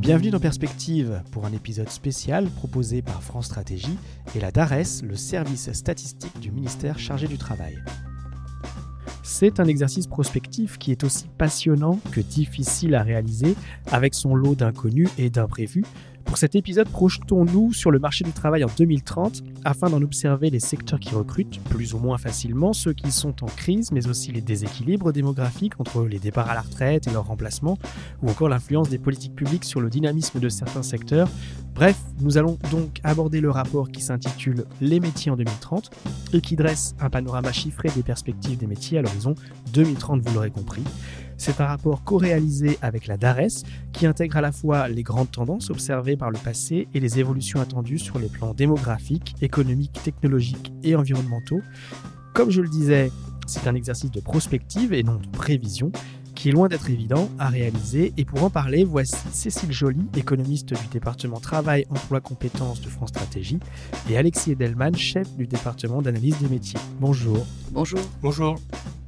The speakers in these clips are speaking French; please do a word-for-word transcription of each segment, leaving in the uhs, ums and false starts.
Bienvenue dans Perspective pour un épisode spécial proposé par France Stratégie et la DARES, le service statistique du ministère chargé du travail. C'est un exercice prospectif qui est aussi passionnant que difficile à réaliser avec son lot d'inconnus et d'imprévus. Pour cet épisode, projetons-nous sur le marché du travail en deux mille trente afin d'en observer les secteurs qui recrutent plus ou moins facilement, ceux qui sont en crise, mais aussi les déséquilibres démographiques entre les départs à la retraite et leur remplacement, ou encore l'influence des politiques publiques sur le dynamisme de certains secteurs. Bref, nous allons donc aborder le rapport qui s'intitule « Les métiers en deux mille trente » et qui dresse un panorama chiffré des perspectives des métiers à l'horizon deux mille trente, vous l'aurez compris. C'est un rapport co-réalisé avec la DARES qui intègre à la fois les grandes tendances observées par le passé et les évolutions attendues sur les plans démographiques, économiques, technologiques et environnementaux. Comme je le disais, c'est un exercice de prospective et non de prévision qui est loin d'être évident à réaliser. Et pour en parler, voici Cécile Joly, économiste du département Travail, Emploi, Compétences de France Stratégie, et Alexis Edelman, chef du département d'analyse des métiers. Bonjour. Bonjour. Bonjour.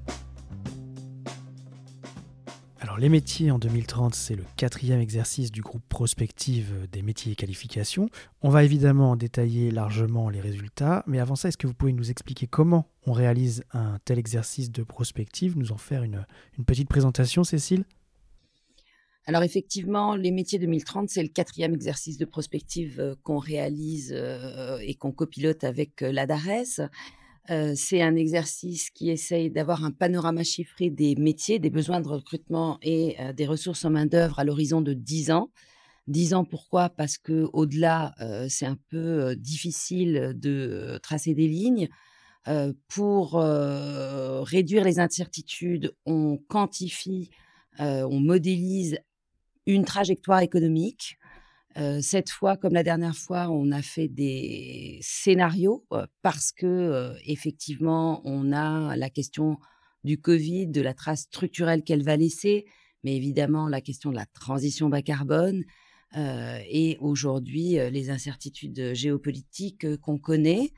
Alors, les métiers en deux mille trente, c'est le quatrième exercice du groupe prospective des métiers et qualifications. On va évidemment détailler largement les résultats, mais avant ça, est-ce que vous pouvez nous expliquer comment on réalise un tel exercice de prospective, nous en faire une, une petite présentation, Cécile ? Alors effectivement, les métiers deux mille trente, c'est le quatrième exercice de prospective euh, qu'on réalise euh, et qu'on copilote avec euh, la DARES. Euh, c'est un exercice qui essaye d'avoir un panorama chiffré des métiers, des besoins de recrutement et euh, des ressources en main-d'œuvre à l'horizon de dix ans. dix ans, pourquoi ? Parce qu'au-delà, euh, c'est un peu euh, difficile de euh, tracer des lignes. Euh, pour euh, réduire les incertitudes, on quantifie, euh, on modélise une trajectoire économique. Euh, cette fois, comme la dernière fois, on a fait des scénarios euh, parce que euh, effectivement, on a la question du Covid, de la trace structurelle qu'elle va laisser, mais évidemment la question de la transition bas carbone euh, et aujourd'hui euh, les incertitudes géopolitiques euh, qu'on connaît.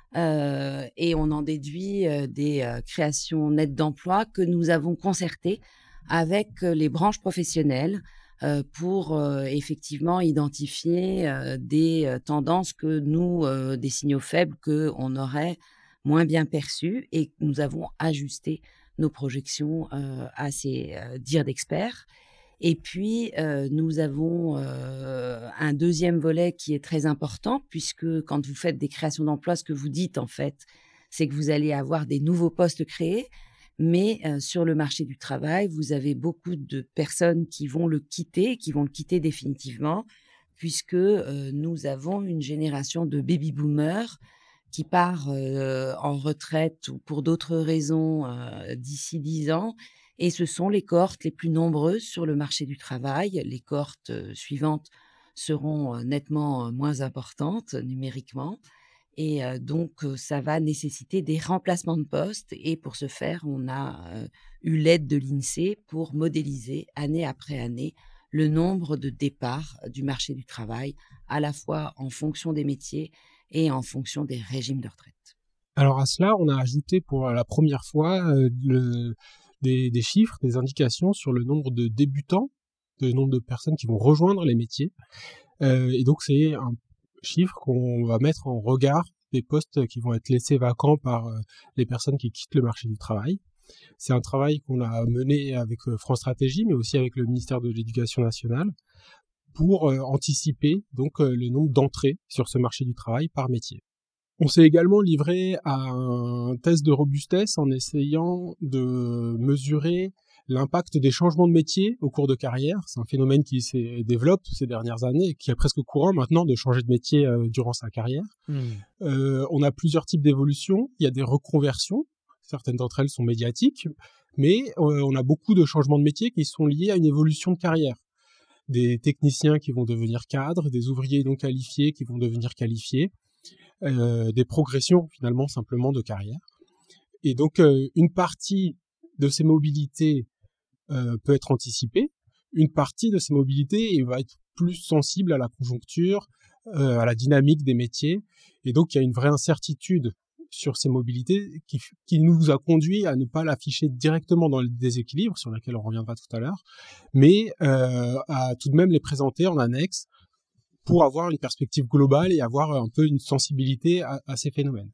Euh, et on en déduit euh, des euh, créations nettes d'emplois que nous avons concertées avec euh, les branches professionnelles euh, pour euh, effectivement identifier euh, des euh, tendances que nous, euh, des signaux faibles qu'on aurait moins bien perçus, et nous avons ajusté nos projections euh, à ces euh, dires d'experts. Et puis, euh, nous avons euh, un deuxième volet qui est très important, puisque quand vous faites des créations d'emplois, ce que vous dites, en fait, c'est que vous allez avoir des nouveaux postes créés, mais euh, sur le marché du travail, vous avez beaucoup de personnes qui vont le quitter, qui vont le quitter définitivement, puisque euh, nous avons une génération de baby-boomers qui part euh, en retraite ou pour d'autres raisons euh, d'ici dix ans. Et ce sont les cohortes les plus nombreuses sur le marché du travail. Les cohortes euh, suivantes seront euh, nettement euh, moins importantes euh, numériquement. Et euh, donc, euh, ça va nécessiter des remplacements de postes. Et pour ce faire, on a euh, eu l'aide de l'INSEE pour modéliser année après année le nombre de départs du marché du travail, à la fois en fonction des métiers et en fonction des régimes de retraite. Alors à cela, on a ajouté pour la première fois euh, le... Des, des chiffres, des indications sur le nombre de débutants, le nombre de personnes qui vont rejoindre les métiers. Euh, et donc, c'est un chiffre qu'on va mettre en regard des postes qui vont être laissés vacants par euh, les personnes qui quittent le marché du travail. C'est un travail qu'on a mené avec euh, France Stratégie, mais aussi avec le ministère de l'Éducation nationale, pour euh, anticiper donc euh, le nombre d'entrées sur ce marché du travail par métier. On s'est également livré à un test de robustesse en essayant de mesurer l'impact des changements de métier au cours de carrière. C'est un phénomène qui s'est développé ces dernières années et qui est presque courant maintenant de changer de métier euh, durant sa carrière. Mmh. Euh, on a plusieurs types d'évolutions. Il y a des reconversions. Certaines d'entre elles sont médiatiques, mais euh, on a beaucoup de changements de métier qui sont liés à une évolution de carrière. Des techniciens qui vont devenir cadres, des ouvriers non qualifiés qui vont devenir qualifiés. Euh, des progressions finalement simplement de carrière. Et donc euh, une partie de ces mobilités euh, peut être anticipée, une partie de ces mobilités va être plus sensible à la conjoncture, euh, à la dynamique des métiers, et donc il y a une vraie incertitude sur ces mobilités qui, qui nous a conduit à ne pas l'afficher directement dans le déséquilibre, sur lequel on reviendra tout à l'heure, mais euh, à tout de même les présenter en annexe pour avoir une perspective globale et avoir un peu une sensibilité à, à ces phénomènes.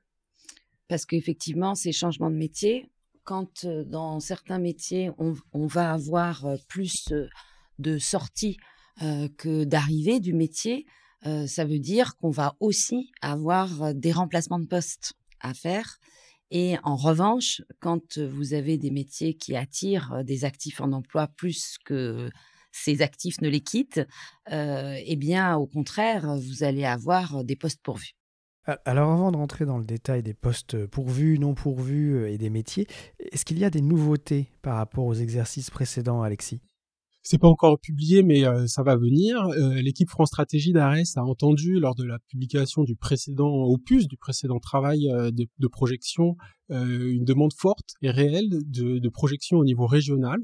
Parce qu'effectivement, ces changements de métier, quand euh, dans certains métiers, on, on va avoir euh, plus euh, de sorties euh, que d'arrivées du métier, euh, ça veut dire qu'on va aussi avoir euh, des remplacements de postes à faire. Et en revanche, quand vous avez des métiers qui attirent des actifs en emploi plus que ces actifs ne les quittent, euh, eh bien, au contraire, vous allez avoir des postes pourvus. Alors avant de rentrer dans le détail des postes pourvus, non pourvus et des métiers, est-ce qu'il y a des nouveautés par rapport aux exercices précédents, Alexis ? C'est pas encore publié, mais euh, ça va venir. Euh, l'équipe France Stratégie d'Ares a entendu, lors de la publication du précédent opus, du précédent travail euh, de, de projection, euh, une demande forte et réelle de, de projection au niveau régional.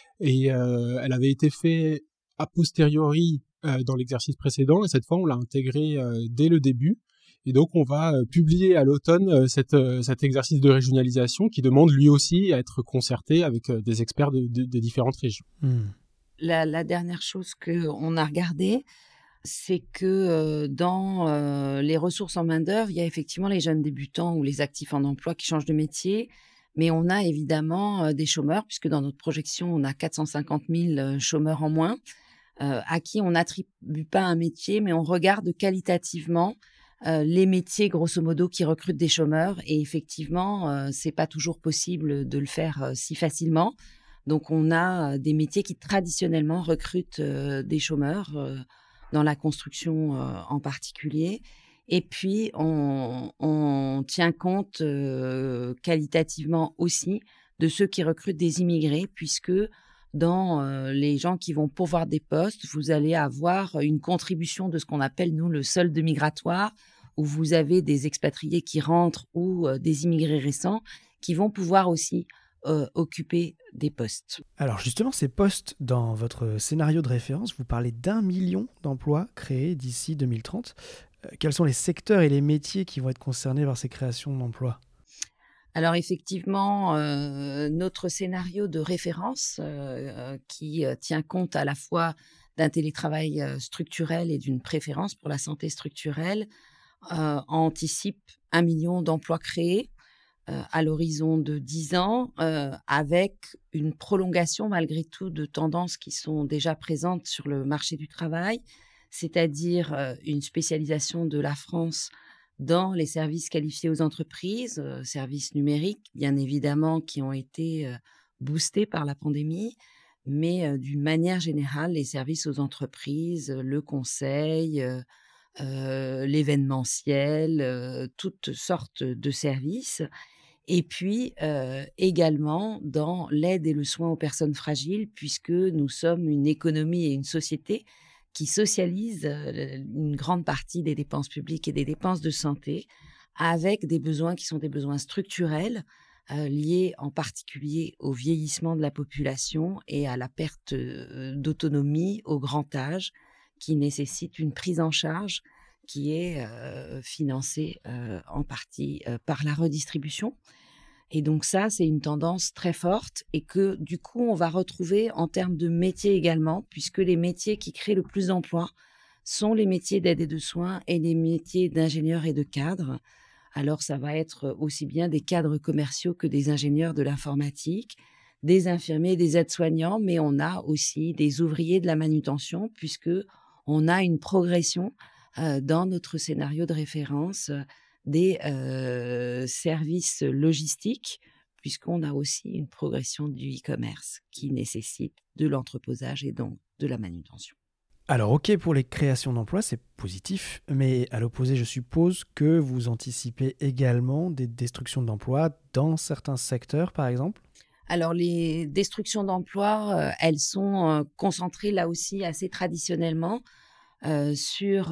Et euh, elle avait été faite a posteriori euh, dans l'exercice précédent, et cette fois, on l'a intégrée euh, dès le début. Et donc, on va euh, publier à l'automne euh, cette, euh, cet exercice de régionalisation qui demande lui aussi à être concerté avec euh, des experts de, de, des différentes régions. Mmh. La, la dernière chose qu'on a regardée, c'est que euh, dans euh, les ressources en main-d'œuvre, il y a effectivement les jeunes débutants ou les actifs en emploi qui changent de métier, mais on a évidemment euh, des chômeurs, puisque dans notre projection, on a quatre cent cinquante mille chômeurs en moins, euh, à qui on n'attribue pas un métier, mais on regarde qualitativement euh, les métiers, grosso modo, qui recrutent des chômeurs. Et effectivement, euh, c'est pas toujours possible de le faire euh, si facilement. Donc, on a des métiers qui traditionnellement recrutent euh, des chômeurs, euh, dans la construction euh, en particulier. Et puis, on, on tient compte euh, qualitativement aussi de ceux qui recrutent des immigrés, puisque dans euh, les gens qui vont pourvoir des postes, vous allez avoir une contribution de ce qu'on appelle, nous, le solde migratoire, où vous avez des expatriés qui rentrent ou euh, des immigrés récents qui vont pouvoir aussi Euh, occuper des postes. Alors justement, ces postes, dans votre scénario de référence, vous parlez d'un million d'emplois créés d'ici deux mille trente. Euh, quels sont les secteurs et les métiers qui vont être concernés par ces créations d'emplois ? Alors effectivement, euh, notre scénario de référence euh, qui euh, tient compte à la fois d'un télétravail euh, structurel et d'une préférence pour la santé structurelle euh, anticipe un million d'emplois créés Euh, à l'horizon de dix ans, euh, avec une prolongation malgré tout de tendances qui sont déjà présentes sur le marché du travail, c'est-à-dire euh, une spécialisation de la France dans les services qualifiés aux entreprises, euh, services numériques, bien évidemment, qui ont été euh, boostés par la pandémie, mais euh, d'une manière générale, les services aux entreprises, le conseil, euh, euh, l'événementiel, euh, toutes sortes de services. Et puis euh, également dans l'aide et le soin aux personnes fragiles, puisque nous sommes une économie et une société qui socialise euh, une grande partie des dépenses publiques et des dépenses de santé, avec des besoins qui sont des besoins structurels, euh, liés en particulier au vieillissement de la population et à la perte euh, d'autonomie au grand âge, qui nécessite une prise en charge qui est euh, financée euh, en partie euh, par la redistribution. Et donc ça, c'est une tendance très forte et que du coup, on va retrouver en termes de métiers également, puisque les métiers qui créent le plus d'emplois sont les métiers d'aide et de soins et les métiers d'ingénieurs et de cadres. Alors, ça va être aussi bien des cadres commerciaux que des ingénieurs de l'informatique, des infirmiers, des aides-soignants, mais on a aussi des ouvriers de la manutention, puisque on a une progression euh, dans notre scénario de référence euh, des euh, services logistiques, puisqu'on a aussi une progression du e-commerce qui nécessite de l'entreposage et donc de la manutention. Alors ok, pour les créations d'emplois, c'est positif, mais à l'opposé, je suppose que vous anticipez également des destructions d'emplois dans certains secteurs, par exemple ? Alors, les destructions d'emplois, euh, elles sont euh, concentrées là aussi assez traditionnellement euh, sur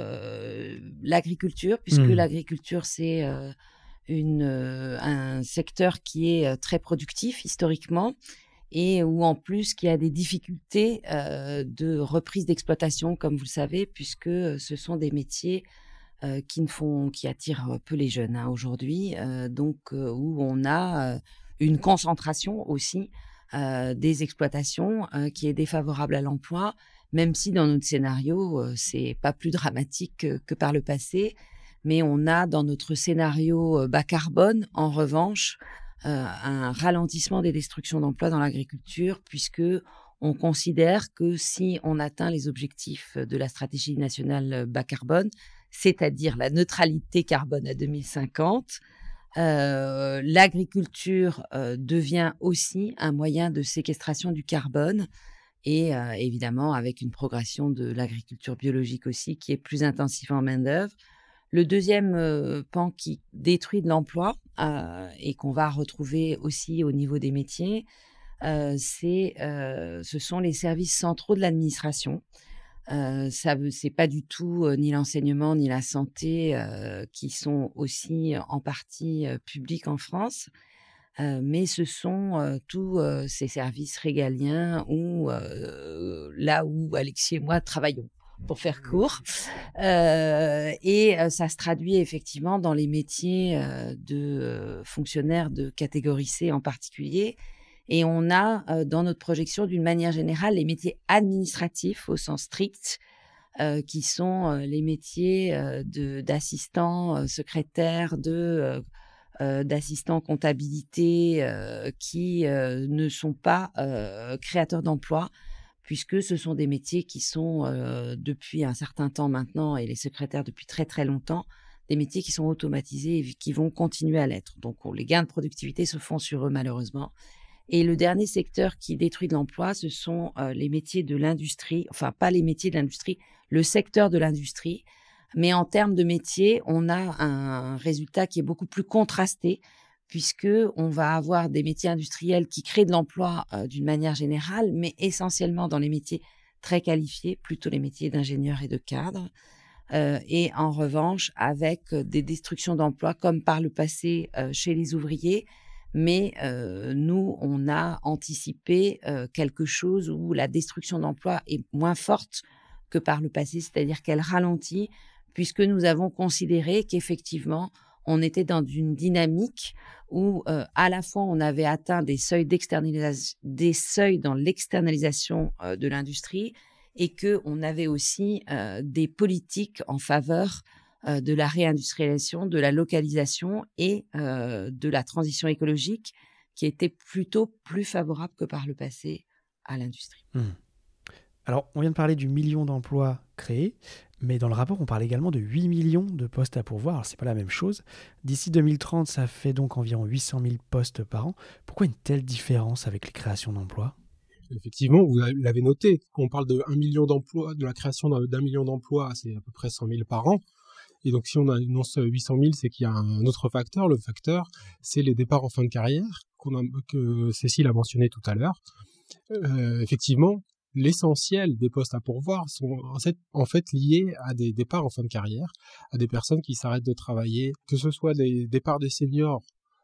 euh, l'agriculture, puisque Mmh. l'agriculture, c'est euh, une, euh, un secteur qui est euh, très productif historiquement et où en plus qui a des difficultés euh, de reprise d'exploitation, comme vous le savez, puisque ce sont des métiers euh, qui ne font, qui attirent peu les jeunes hein, aujourd'hui, euh, donc euh, où on a euh, une concentration aussi euh, des exploitations euh, qui est défavorable à l'emploi, même si dans notre scénario euh, c'est pas plus dramatique que, que par le passé, mais on a dans notre scénario euh, bas carbone en revanche euh, un ralentissement des destructions d'emplois dans l'agriculture, puisque on considère que si on atteint les objectifs de la stratégie nationale bas carbone, c'est-à-dire la neutralité carbone à deux mille cinquante, euh, l'agriculture euh, devient aussi un moyen de séquestration du carbone et euh, évidemment avec une progression de l'agriculture biologique aussi qui est plus intensive en main-d'œuvre. Le deuxième euh, pan qui détruit de l'emploi euh, et qu'on va retrouver aussi au niveau des métiers, Euh, c'est, euh, ce sont les services centraux de l'administration. Euh, ça veut, c'est pas du tout euh, ni l'enseignement ni la santé euh, qui sont aussi euh, en partie euh, publics en France, euh, mais ce sont euh, tous euh, ces services régaliens où euh, là où Alexis et moi travaillons, pour faire court. Euh, et euh, ça se traduit effectivement dans les métiers euh, de euh, fonctionnaires de catégorie C en particulier. Et on a euh, dans notre projection, d'une manière générale, les métiers administratifs au sens strict, euh, qui sont euh, les métiers euh, de, d'assistants euh, secrétaires, de, euh, euh, d'assistants comptabilité, euh, qui euh, ne sont pas euh, créateurs d'emplois, puisque ce sont des métiers qui sont, euh, depuis un certain temps maintenant, et les secrétaires depuis très très longtemps, des métiers qui sont automatisés et qui vont continuer à l'être. Donc on, les gains de productivité se font sur eux malheureusement. Et le dernier secteur qui détruit de l'emploi, ce sont euh, les métiers de l'industrie, enfin pas les métiers de l'industrie, le secteur de l'industrie. Mais en termes de métiers, on a un résultat qui est beaucoup plus contrasté, puisque on va avoir des métiers industriels qui créent de l'emploi euh, d'une manière générale, mais essentiellement dans les métiers très qualifiés, plutôt les métiers d'ingénieurs et de cadres. Euh, et en revanche, avec des destructions d'emplois comme par le passé euh, chez les ouvriers. Mais euh, nous, on a anticipé euh, quelque chose où la destruction d'emplois est moins forte que par le passé, c'est-à-dire qu'elle ralentit, puisque nous avons considéré qu'effectivement, on était dans une dynamique où euh, à la fois on avait atteint des seuils d'externalisation, des seuils dans l'externalisation euh, de l'industrie, et qu'on avait aussi euh, des politiques en faveur euh, de la réindustrialisation, de la localisation et euh, de la transition écologique qui étaient plutôt plus favorables que par le passé à l'industrie. Mmh. Alors, on vient de parler du million d'emplois créés, mais dans le rapport, on parle également de huit millions de postes à pourvoir. Alors, ce n'est pas la même chose. D'ici deux mille trente, ça fait donc environ huit cent mille postes par an. Pourquoi une telle différence avec les créations d'emplois ? Effectivement, vous l'avez noté, quand on parle de un million d'emplois, de la création d'un, d'un million d'emplois, c'est à peu près cent mille par an. Et donc, si on annonce huit cent mille, c'est qu'il y a un autre facteur. Le facteur, c'est les départs en fin de carrière, qu'on a, que Cécile a mentionné tout à l'heure. Euh, effectivement, l'essentiel des postes à pourvoir sont en fait liés à des départs en fin de carrière, à des personnes qui s'arrêtent de travailler, que ce soit des départs des seniors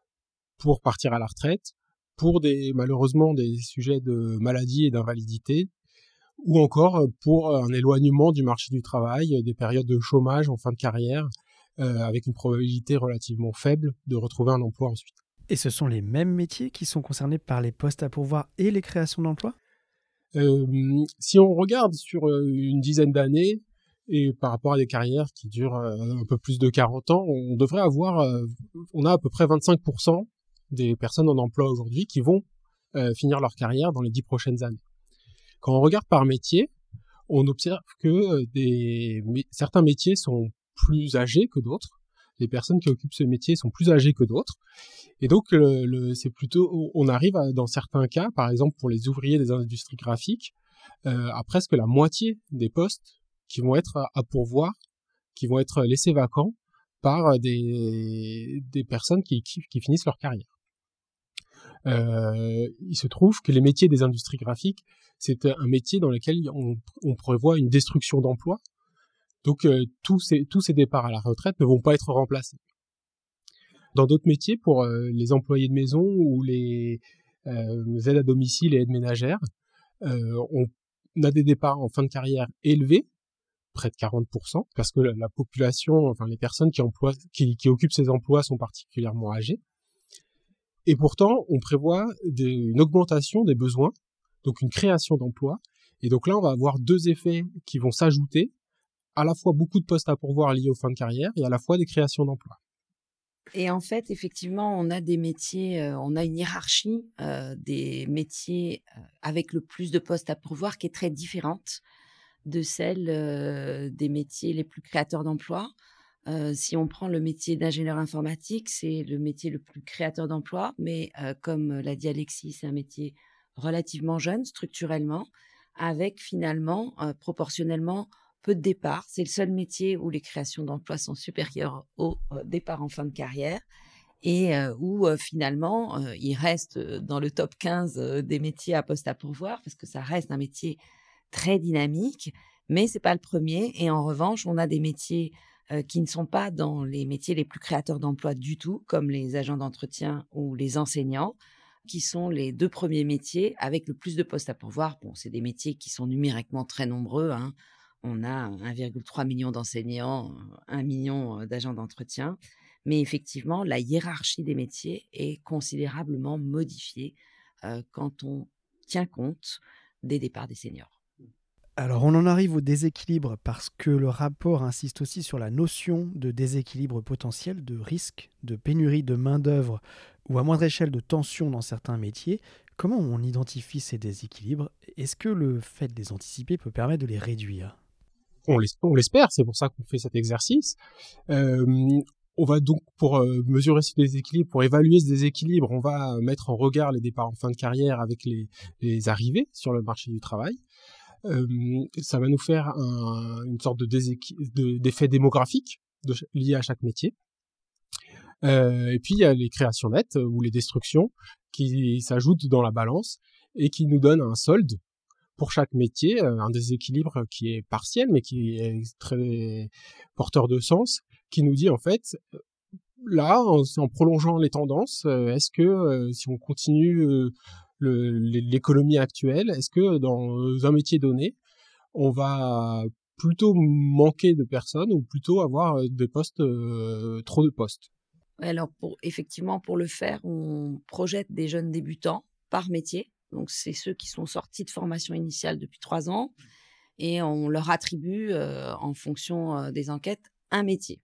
pour partir à la retraite, pour des, malheureusement des sujets de maladie et d'invalidité, ou encore pour un éloignement du marché du travail, des périodes de chômage en fin de carrière, euh, avec une probabilité relativement faible de retrouver un emploi ensuite. Et ce sont les mêmes métiers qui sont concernés par les postes à pourvoir et les créations d'emplois ? euh, Si on regarde sur une dizaine d'années, et par rapport à des carrières qui durent un peu plus de quarante ans, on devrait avoir, on a à peu près vingt-cinq pour cent des personnes en emploi aujourd'hui qui vont euh, finir leur carrière dans les dix prochaines années. Quand on regarde par métier, on observe que des, certains métiers sont plus âgés que d'autres. Les personnes qui occupent ce métier sont plus âgées que d'autres. Et donc, le, le, c'est plutôt, on arrive à, dans certains cas, par exemple pour les ouvriers des industries graphiques, euh, à presque la moitié des postes qui vont être à, à pourvoir, qui vont être laissés vacants par des, des personnes qui, qui, qui finissent leur carrière. Euh, il se trouve que les métiers des industries graphiques, c'est un métier dans lequel on, on prévoit une destruction d'emplois. Donc, euh, tous, ces, tous ces départs à la retraite ne vont pas être remplacés. Dans d'autres métiers, pour euh, les employés de maison ou les euh, aides à domicile et aides ménagères, euh, on a des départs en fin de carrière élevés près de quarante pour cent, parce que la, la population, enfin les personnes qui emploient, qui, qui occupent ces emplois sont particulièrement âgées. Et pourtant, on prévoit des, une augmentation des besoins, donc une création d'emplois. Et donc là, on va avoir deux effets qui vont s'ajouter, à la fois beaucoup de postes à pourvoir liés aux fins de carrière et à la fois des créations d'emplois. Et en fait, effectivement, on a des métiers, euh, on a une hiérarchie euh, des métiers euh, avec le plus de postes à pourvoir qui est très différente de celle euh, des métiers les plus créateurs d'emplois. Euh, si on prend le métier d'ingénieur informatique, c'est le métier le plus créateur d'emplois, mais euh, comme l'a dit Alexis, c'est un métier relativement jeune structurellement, avec finalement euh, proportionnellement peu de départs. C'est le seul métier où les créations d'emplois sont supérieures au euh, départ en fin de carrière et euh, où euh, finalement euh, il reste dans le top quinze euh, des métiers à poste à pourvoir parce que ça reste un métier très dynamique, mais c'est pas le premier. Et en revanche, on a des métiers euh, qui ne sont pas dans les métiers les plus créateurs d'emplois du tout, comme les agents d'entretien ou les enseignants, qui sont les deux premiers métiers avec le plus de postes à pourvoir. Bon, c'est des métiers qui sont numériquement très nombreux, hein. On a un virgule trois million d'enseignants, un million d'agents d'entretien. Mais effectivement, la hiérarchie des métiers est considérablement modifiée euh, quand on tient compte des départs des seniors. Alors on en arrive au déséquilibre parce que le rapport insiste aussi sur la notion de déséquilibre potentiel, de risque, de pénurie de main-d'œuvre ou à moindre échelle de tension dans certains métiers. Comment on identifie ces déséquilibres ? Est-ce que le fait de les anticiper peut permettre de les réduire ? On l'espère, c'est pour ça qu'on fait cet exercice. Euh, on va donc, pour euh, mesurer ce déséquilibre, pour évaluer ce déséquilibre, on va mettre en regard les départs en fin de carrière avec les, les arrivées sur le marché du travail. Euh, ça va nous faire un, une sorte de déséqui- de, d'effet démographique de, lié à chaque métier. Euh, et puis, il y a les créations nettes ou les destructions qui s'ajoutent dans la balance et qui nous donnent un solde pour chaque métier, un déséquilibre qui est partiel, mais qui est très porteur de sens, qui nous dit en fait, là, en, en prolongeant les tendances, est-ce que si on continue le, l'économie actuelle, est-ce que dans un métier donné, on va plutôt manquer de personnes ou plutôt avoir des postes, euh, trop de postes ? Alors, pour, effectivement, pour le faire, on projette des jeunes débutants par métier. Donc, c'est ceux qui sont sortis de formation initiale depuis trois ans et on leur attribue, euh, en fonction euh, des enquêtes, un métier.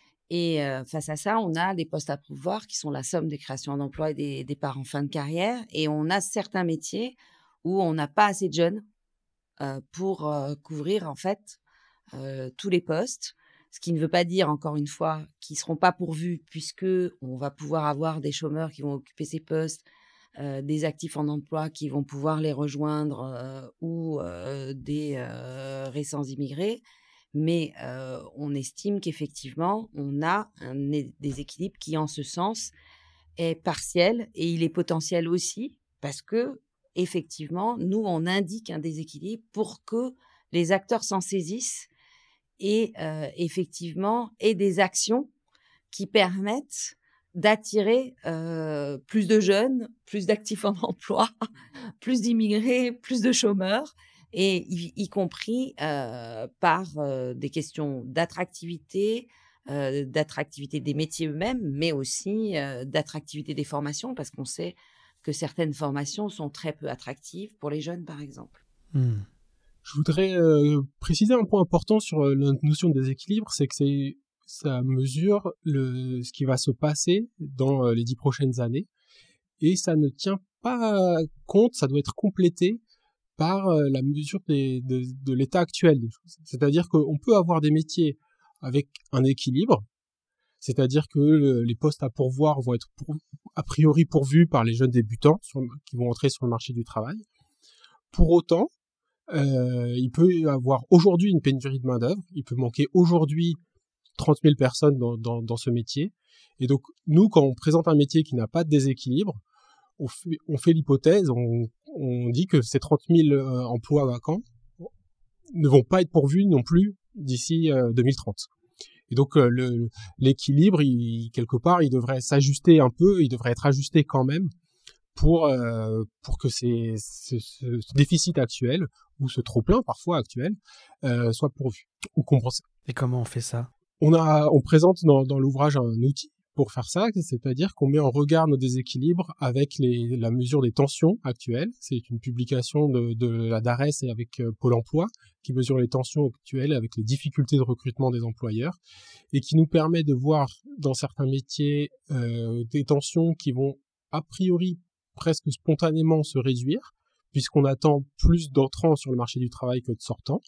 Et euh, face à ça, on a des postes à pourvoir qui sont la somme des créations d'emplois et des départs en fin de carrière. Et on a certains métiers où on n'a pas assez de jeunes euh, pour euh, couvrir, en fait, euh, tous les postes. Ce qui ne veut pas dire, encore une fois, qu'ils ne seront pas pourvus puisqu'on va pouvoir avoir des chômeurs qui vont occuper ces postes, Euh, des actifs en emploi qui vont pouvoir les rejoindre euh, ou euh, des euh, récents immigrés. Mais euh, on estime qu'effectivement, on a un déséquilibre qui, en ce sens, est partiel et il est potentiel aussi parce que, effectivement, nous, on indique un déséquilibre pour que les acteurs s'en saisissent et, euh, effectivement, aient des actions qui permettent d'attirer euh, plus de jeunes, plus d'actifs en emploi, plus d'immigrés, plus de chômeurs, et y, y compris euh, par euh, des questions d'attractivité, euh, d'attractivité des métiers eux-mêmes, mais aussi euh, d'attractivité des formations, parce qu'on sait que certaines formations sont très peu attractives pour les jeunes, par exemple. Mmh. Je voudrais euh, préciser un point important sur euh, la notion de déséquilibre, c'est que c'est ça mesure le, ce qui va se passer dans les dix prochaines années et ça ne tient pas compte, ça doit être complété par la mesure des, de, de l'état actuel des choses. C'est-à-dire qu'on peut avoir des métiers avec un équilibre, c'est-à-dire que le, les postes à pourvoir vont être pour, a priori pourvus par les jeunes débutants sur, qui vont entrer sur le marché du travail. Pour autant, euh, il peut y avoir aujourd'hui une pénurie de main-d'œuvre, il peut manquer aujourd'hui trente mille personnes dans, dans, dans ce métier. Et donc, nous, quand on présente un métier qui n'a pas de déséquilibre, on fait, on fait l'hypothèse, on, on dit que ces trente mille euh, emplois vacants ne vont pas être pourvus non plus d'ici euh, deux mille trente. Et donc, euh, le, l'équilibre, il, quelque part, il devrait s'ajuster un peu, il devrait être ajusté quand même pour euh, pour que ces, ce, ce, ce déficit actuel ou ce trop plein parfois actuel euh, soit pourvu ou compensé. Et comment on fait ça ? On a on présente dans dans l'ouvrage un outil pour faire ça, c'est-à-dire qu'on met en regard nos déséquilibres avec les, la mesure des tensions actuelles. C'est une publication de, de la DARES et avec euh, Pôle emploi qui mesure les tensions actuelles avec les difficultés de recrutement des employeurs et qui nous permet de voir dans certains métiers euh, des tensions qui vont a priori presque spontanément se réduire puisqu'on attend plus d'entrants sur le marché du travail que de sortants.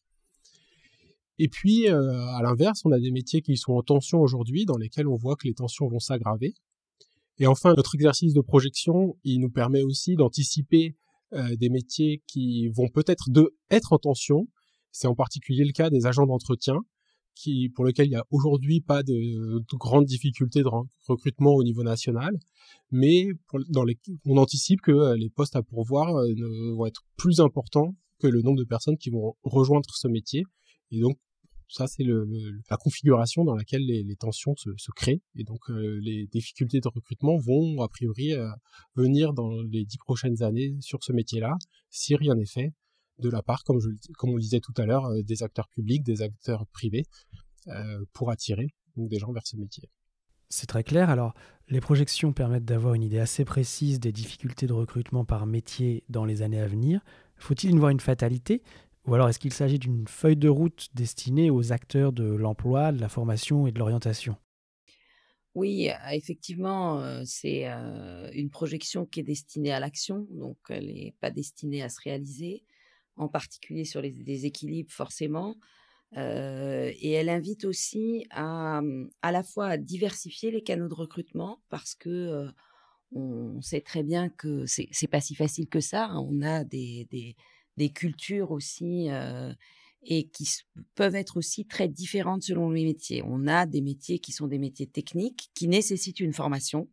Et puis, euh, à l'inverse, on a des métiers qui sont en tension aujourd'hui, dans lesquels on voit que les tensions vont s'aggraver. Et enfin, notre exercice de projection, il nous permet aussi d'anticiper euh, des métiers qui vont peut-être de, être en tension. C'est en particulier le cas des agents d'entretien, qui, pour lesquels il n'y a aujourd'hui pas de, de grandes difficultés de recrutement au niveau national. Mais pour, dans les, on anticipe que euh, les postes à pourvoir euh, ne, vont être plus importants que le nombre de personnes qui vont rejoindre ce métier. Et donc, ça, c'est le, le, la configuration dans laquelle les, les tensions se, se créent. Et donc, euh, les difficultés de recrutement vont, a priori, euh, venir dans les dix prochaines années sur ce métier-là, si rien n'est fait de la part, comme, je, comme on le disait tout à l'heure, euh, des acteurs publics, des acteurs privés, euh, pour attirer donc, des gens vers ce métier. C'est très clair. Alors, les projections permettent d'avoir une idée assez précise des difficultés de recrutement par métier dans les années à venir. Faut-il y voir une fatalité ? Ou alors est-ce qu'il s'agit d'une feuille de route destinée aux acteurs de l'emploi, de la formation et de l'orientation ? Oui, effectivement, euh, c'est euh, une projection qui est destinée à l'action, donc elle n'est pas destinée à se réaliser, en particulier sur les déséquilibres forcément. Euh, et elle invite aussi à, à la fois à diversifier les canaux de recrutement, parce que euh, on sait très bien que c'est, c'est pas si facile que ça. Hein. On a des, des des cultures aussi euh, et qui s- peuvent être aussi très différentes selon les métiers. On a des métiers qui sont des métiers techniques qui nécessitent une formation,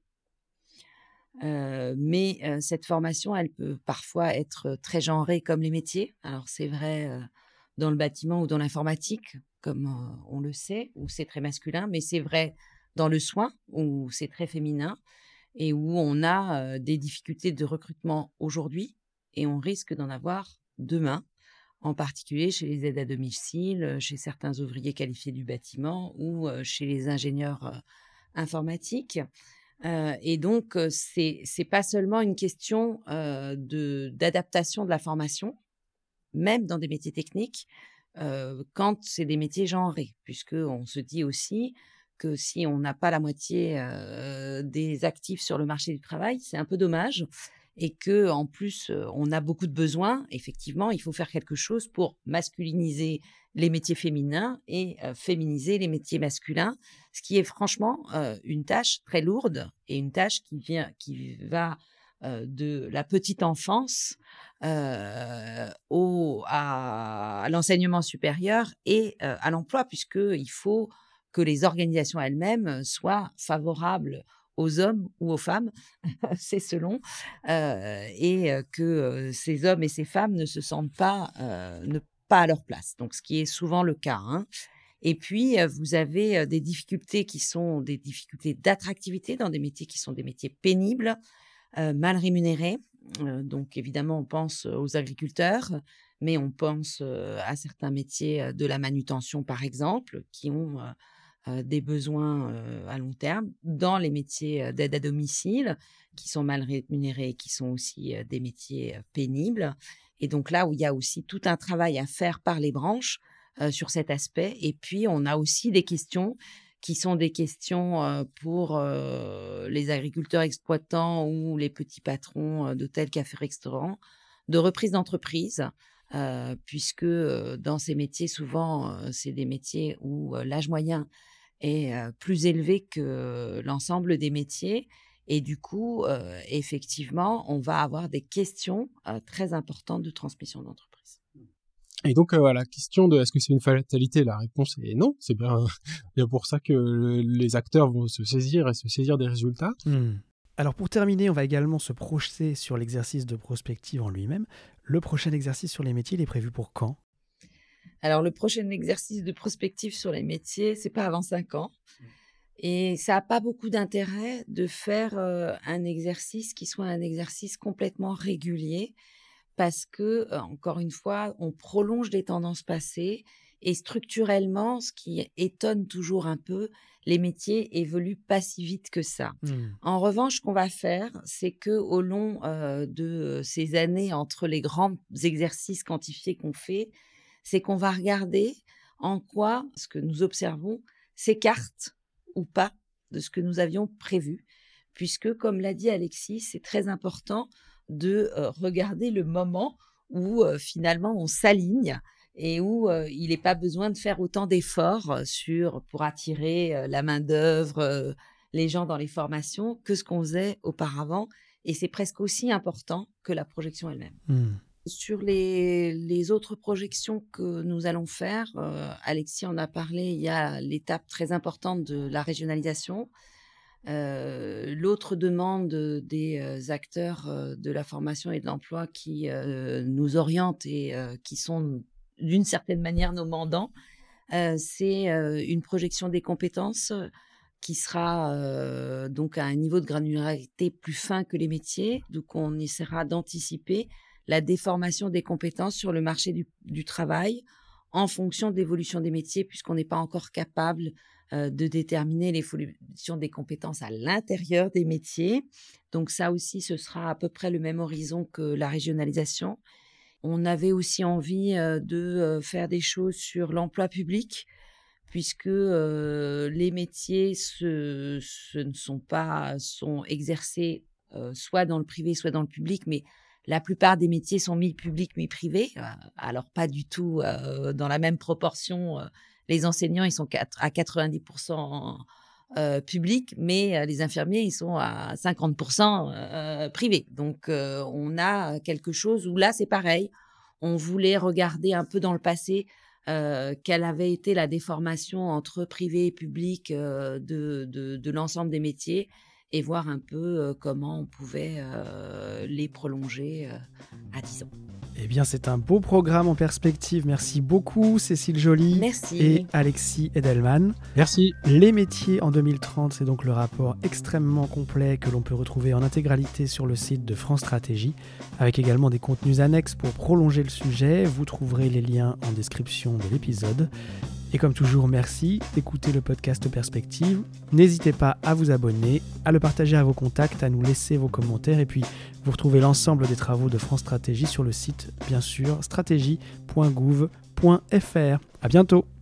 euh, mais euh, cette formation, elle peut parfois être très genrée comme les métiers. Alors c'est vrai euh, dans le bâtiment ou dans l'informatique, comme euh, on le sait, où c'est très masculin, mais c'est vrai dans le soin, où c'est très féminin et où on a euh, des difficultés de recrutement aujourd'hui et on risque d'en avoir demain, en particulier chez les aides à domicile, chez certains ouvriers qualifiés du bâtiment ou euh, chez les ingénieurs euh, informatiques. Euh, et donc, euh, c'est c'est pas seulement une question euh, de d'adaptation de la formation, même dans des métiers techniques, euh, quand c'est des métiers genrés, puisque on se dit aussi que si on n'a pas la moitié euh, des actifs sur le marché du travail, c'est un peu dommage. Et que en plus, euh, on a beaucoup de besoins. Effectivement, il faut faire quelque chose pour masculiniser les métiers féminins et euh, féminiser les métiers masculins, ce qui est franchement euh, une tâche très lourde et une tâche qui vient, qui va euh, de la petite enfance euh, au, à, à l'enseignement supérieur et euh, à l'emploi, puisqu'il faut que les organisations elles-mêmes soient favorables aux hommes ou aux femmes, c'est selon, euh, et euh, que euh, ces hommes et ces femmes ne se sentent pas, euh, ne, pas à leur place. Donc, ce qui est souvent le cas. Hein. Et puis, euh, vous avez euh, des difficultés qui sont des difficultés d'attractivité dans des métiers qui sont des métiers pénibles, euh, mal rémunérés. Euh, donc, évidemment, on pense aux agriculteurs, mais on pense euh, à certains métiers de la manutention, par exemple, qui ont euh, euh, des besoins euh, à long terme, dans les métiers euh, d'aide à domicile, qui sont mal rémunérés et qui sont aussi euh, des métiers euh, pénibles. Et donc là où il y a aussi tout un travail à faire par les branches euh, sur cet aspect. Et puis, on a aussi des questions qui sont des questions euh, pour euh, les agriculteurs exploitants ou les petits patrons euh, d'hôtels, cafés, restaurants, de reprise d'entreprise. Euh, puisque euh, dans ces métiers, souvent, euh, c'est des métiers où euh, l'âge moyen est euh, plus élevé que l'ensemble des métiers. Et du coup, euh, effectivement, on va avoir des questions euh, très importantes de transmission d'entreprise. Et donc, euh, à la question de est-ce que c'est une fatalité, la réponse est non. C'est bien, bien pour ça que le, les acteurs vont se saisir et se saisir des résultats. Mmh. Alors pour terminer, on va également se projeter sur l'exercice de prospective en lui-même. Le prochain exercice sur les métiers, il est prévu pour quand ? Alors le prochain exercice de prospective sur les métiers, c'est pas avant cinq ans. Et ça n'a pas beaucoup d'intérêt de faire euh, un exercice qui soit un exercice complètement régulier parce que, euh, encore une fois, on prolonge des tendances passées et structurellement, ce qui étonne toujours un peu, les métiers évoluent pas si vite que ça. Mmh. En revanche, ce qu'on va faire, c'est que au long euh, de ces années entre les grands exercices quantifiés qu'on fait, c'est qu'on va regarder en quoi ce que nous observons s'écarte ou pas de ce que nous avions prévu, puisque, comme l'a dit Alexis, c'est très important de euh, regarder le moment où euh, finalement on s'aligne et où euh, il n'est pas besoin de faire autant d'efforts euh, sur, pour attirer euh, la main-d'œuvre, euh, les gens dans les formations, que ce qu'on faisait auparavant. Et c'est presque aussi important que la projection elle-même. Mmh. Sur les, les autres projections que nous allons faire, euh, Alexis en a parlé, il y a l'étape très importante de la régionalisation. Euh, l'autre demande des euh, acteurs euh, de la formation et de l'emploi qui euh, nous orientent et euh, qui sont d'une certaine manière nos mandants, euh, c'est euh, une projection des compétences qui sera euh, donc à un niveau de granularité plus fin que les métiers. Donc on essaiera d'anticiper la déformation des compétences sur le marché du, du travail en fonction de l'évolution des métiers, puisqu'on n'est pas encore capable euh, de déterminer l'évolution des compétences à l'intérieur des métiers. Donc ça aussi, ce sera à peu près le même horizon que la régionalisation. On avait aussi envie euh, de euh, faire des choses sur l'emploi public, puisque euh, les métiers ce, ce ne sont pas sont exercés euh, soit dans le privé, soit dans le public, mais la plupart des métiers sont mi-public, mi-privé. Euh, alors, pas du tout euh, dans la même proportion. Euh, les enseignants, ils sont à quatre-vingt-dix pour cent euh, public, mais euh, les infirmiers, ils sont à cinquante pour cent euh, privés. Donc, euh, on a quelque chose où là, c'est pareil. On voulait regarder un peu dans le passé euh, quelle avait été la déformation entre privé et public euh, de, de, de l'ensemble des métiers, et voir un peu euh, comment on pouvait euh, les prolonger euh, à dix ans. Eh bien, c'est un beau programme en perspective. Merci beaucoup, Cécile Joly. Merci. Et Alexis Edelman. Merci. Les métiers en deux mille trente, c'est donc le rapport extrêmement complet que l'on peut retrouver en intégralité sur le site de France Stratégie, avec également des contenus annexes pour prolonger le sujet. Vous trouverez les liens en description de l'épisode. Et comme toujours, merci d'écouter le podcast Perspective. N'hésitez pas à vous abonner, à le partager à vos contacts, à nous laisser vos commentaires. Et puis, vous retrouvez l'ensemble des travaux de France Stratégie sur le site, bien sûr, stratégie point gouv point f r. À bientôt.